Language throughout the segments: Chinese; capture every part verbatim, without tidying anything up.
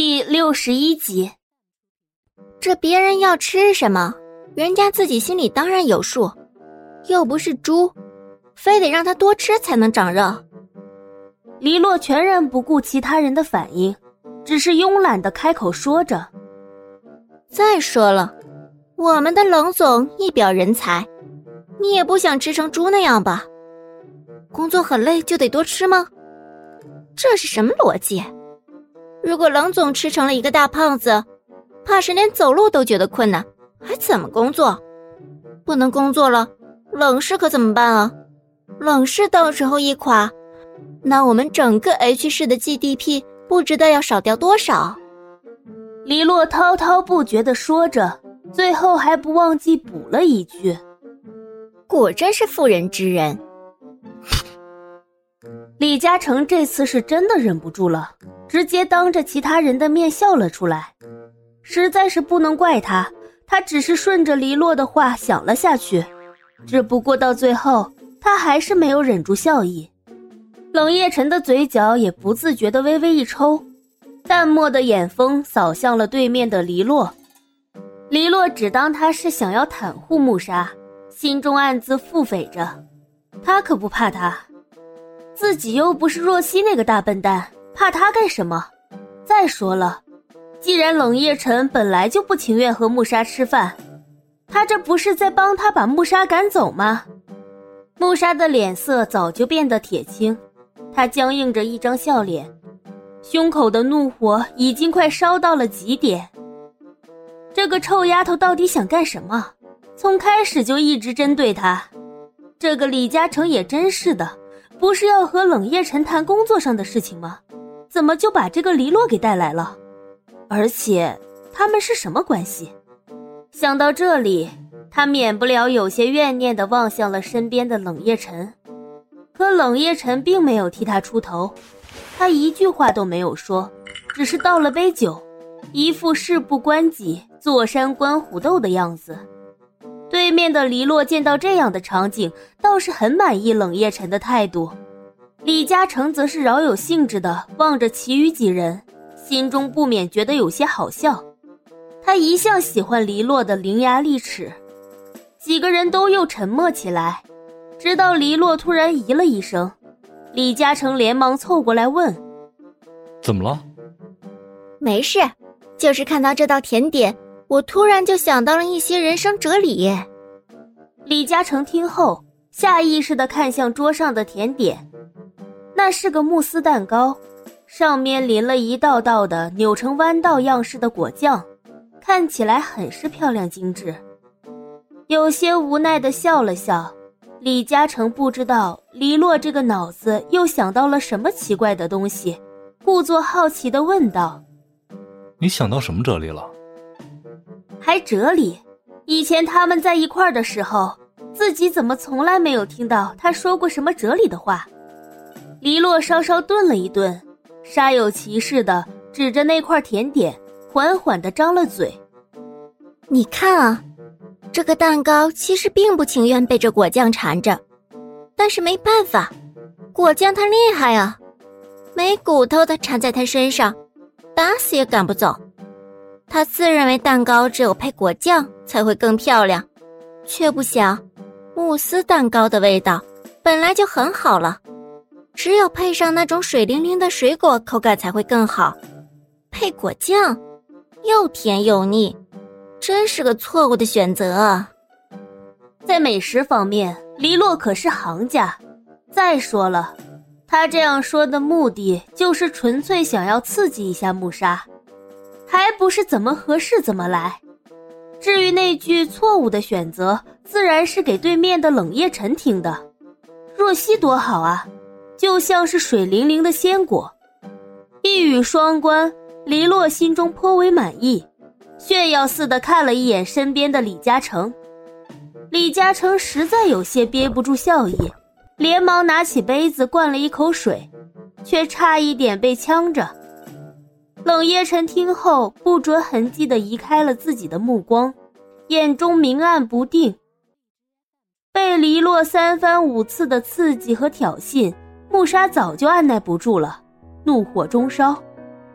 第六十一集。 这别人要吃什么，人家自己心里当然有数，又不是猪，非得让他多吃才能长肉。 黎洛全然不顾其他人的反应，只是慵懒地开口说着。 再说了，我们的冷总一表人才，你也不想吃成猪那样吧？工作很累就得多吃吗？这是什么逻辑？如果冷总吃成了一个大胖子，怕是连走路都觉得困难，还怎么工作？不能工作了，冷氏可怎么办啊？冷氏到时候一垮，那我们整个 H 市的 G D P 不知道要少掉多少。 黎洛滔滔不绝地说着，最后还不忘记补了一句： 果真是妇人之仁。 李嘉诚这次是真的忍不住了，直接当着其他人的面笑了出来。实在是不能怪他，他只是顺着黎洛的话想了下去，只不过到最后他还是没有忍住笑意。冷夜晨的嘴角也不自觉地微微一抽，淡漠的眼风扫向了对面的黎洛。黎洛只当他是想要袒护穆莎，心中暗自腹诽着，他可不怕他，自己又不是若曦那个大笨蛋，怕他干什么？再说了，既然冷夜晨本来就不情愿和穆莎吃饭，他这不是在帮他把穆莎赶走吗？穆莎的脸色早就变得铁青，她僵硬着一张笑脸，胸口的怒火已经快烧到了极点。这个臭丫头到底想干什么？从开始就一直针对她。这个李嘉诚也真是的，不是要和冷夜晨谈工作上的事情吗？怎么就把这个黎洛给带来了？而且他们是什么关系？想到这里，他免不了有些怨念地望向了身边的冷夜晨。可冷夜晨并没有替他出头，他一句话都没有说，只是倒了杯酒，一副事不关己坐山观虎斗的样子。对面的黎洛见到这样的场景，倒是很满意冷夜晨的态度。李嘉诚则是饶有兴致地望着其余几人，心中不免觉得有些好笑。他一向喜欢黎洛的伶牙俐齿。几个人都又沉默起来，直到黎洛突然咦了一声，李嘉诚连忙凑过来问： 怎么了？ 没事，就是看到这道甜点，我突然就想到了一些人生哲理。 李嘉诚听后下意识地看向桌上的甜点，那是个慕斯蛋糕，上面淋了一道道的扭成弯道样式的果酱，看起来很是漂亮精致。有些无奈地笑了笑，李嘉诚不知道黎洛这个脑子又想到了什么奇怪的东西，故作好奇地问道： 你想到什么哲理了？ 还哲理？以前他们在一块儿的时候，自己怎么从来没有听到他说过什么哲理的话？黎洛稍稍顿了一顿，煞有其事地指着那块甜点，缓缓地张了嘴。 你看啊，这个蛋糕其实并不情愿被这果酱缠着，但是没办法，果酱它厉害啊，没骨头的缠在它身上，打死也赶不走。他自认为蛋糕只有配果酱才会更漂亮，却不想慕斯蛋糕的味道本来就很好了，只有配上那种水灵灵的水果，口感才会更好。配果酱又甜又腻，真是个错误的选择啊。 在美食方面，黎洛可是行家。再说了，他这样说的目的就是纯粹想要刺激一下穆莎，还不是怎么合适怎么来。至于那句错误的选择，自然是给对面的冷夜晨听的。若曦多好啊，就像是水灵灵的鲜果。一语双关，黎洛心中颇为满意，炫耀似的看了一眼身边的李嘉诚。李嘉诚实在有些憋不住笑意，连忙拿起杯子灌了一口水，却差一点被呛着。冷夜晨听后不着痕迹地移开了自己的目光，眼中明暗不定。被黎洛三番五次的刺激和挑衅，穆莎早就按耐不住了，怒火中烧，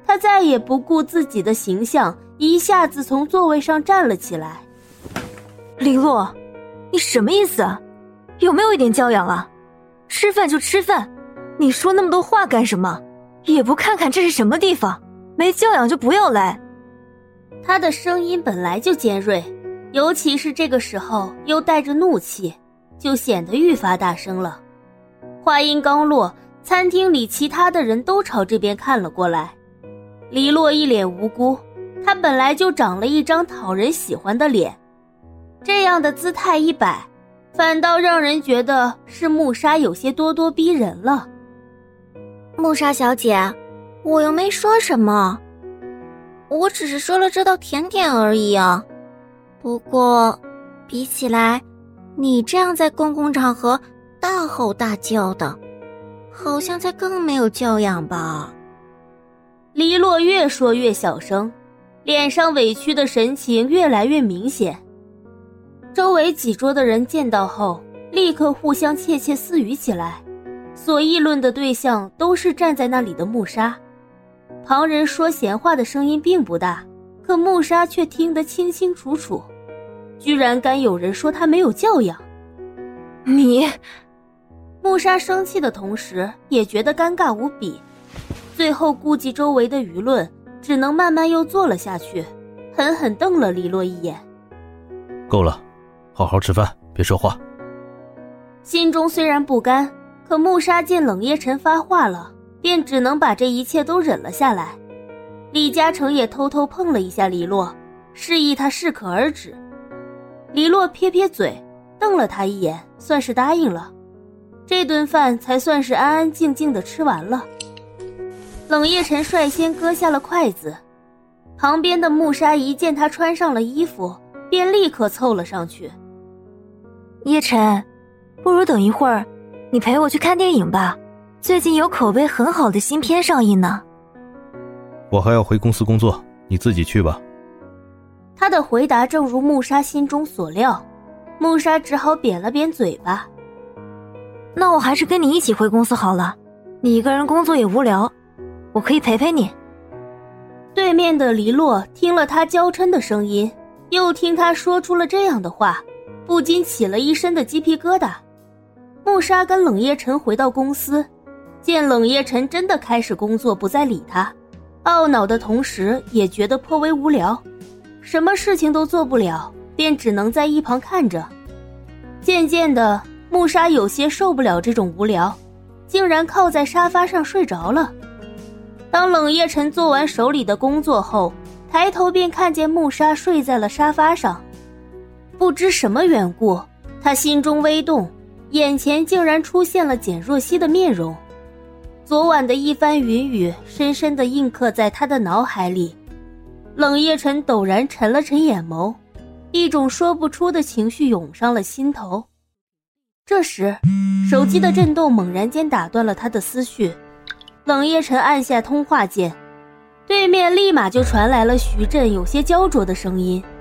他再也不顾自己的形象，一下子从座位上站了起来。 黎洛，你什么意思啊？有没有一点教养啊？吃饭就吃饭，你说那么多话干什么？也不看看这是什么地方，没教养就不要来。 他的声音本来就尖锐，尤其是这个时候又带着怒气，就显得愈发大声了。话音刚落，餐厅里其他的人都朝这边看了过来。黎洛一脸无辜，他本来就长了一张讨人喜欢的脸，这样的姿态一摆，反倒让人觉得是慕沙有些咄咄逼人了。 慕沙小姐，我又没说什么，我只是说了这道甜点而已啊。不过比起来，你这样在公共场合大吼大叫的，好像才更没有教养吧。 黎洛越说越小声，脸上委屈的神情越来越明显。周围几桌的人见到后，立刻互相窃窃私语起来，所议论的对象都是站在那里的慕沙。旁人说闲话的声音并不大，可慕沙却听得清清楚楚，居然敢有人说他没有教养。 你…… 慕沙生气的同时也觉得尴尬无比，最后顾及周围的舆论，只能慢慢又坐了下去，狠狠瞪了黎洛一眼。 够了，好好吃饭，别说话。 心中虽然不甘，可慕沙见冷夜晨发话了，便只能把这一切都忍了下来。李嘉诚也偷偷碰了一下黎洛，示意他适可而止。黎洛撇撇嘴，瞪了他一眼，算是答应了。这顿饭才算是安安静静地吃完了。冷夜晨率先割下了筷子，旁边的慕沙一见他穿上了衣服，便立刻凑了上去。 叶晨，不如等一会儿你陪我去看电影吧，最近有口碑很好的新片上映呢。 我还要回公司工作，你自己去吧。 他的回答正如慕沙心中所料，慕沙只好扁了扁嘴巴。 那我还是跟你一起回公司好了，你一个人工作也无聊，我可以陪陪你。 对面的黎洛听了他娇嗔的声音，又听他说出了这样的话，不禁起了一身的鸡皮疙瘩。慕沙跟冷夜晨回到公司，见冷夜晨真的开始工作，不再理他，懊恼的同时也觉得颇为无聊，什么事情都做不了，便只能在一旁看着。渐渐的，慕沙有些受不了这种无聊，竟然靠在沙发上睡着了。当冷夜晨做完手里的工作后，抬头便看见慕沙睡在了沙发上。不知什么缘故，他心中微动，眼前竟然出现了简若曦的面容。昨晚的一番云雨深深地印刻在他的脑海里。冷夜晨陡然沉了沉眼眸，一种说不出的情绪涌上了心头。这时手机的震动猛然间打断了他的思绪，冷夜晨按下通话键，对面立马就传来了徐震有些焦灼的声音。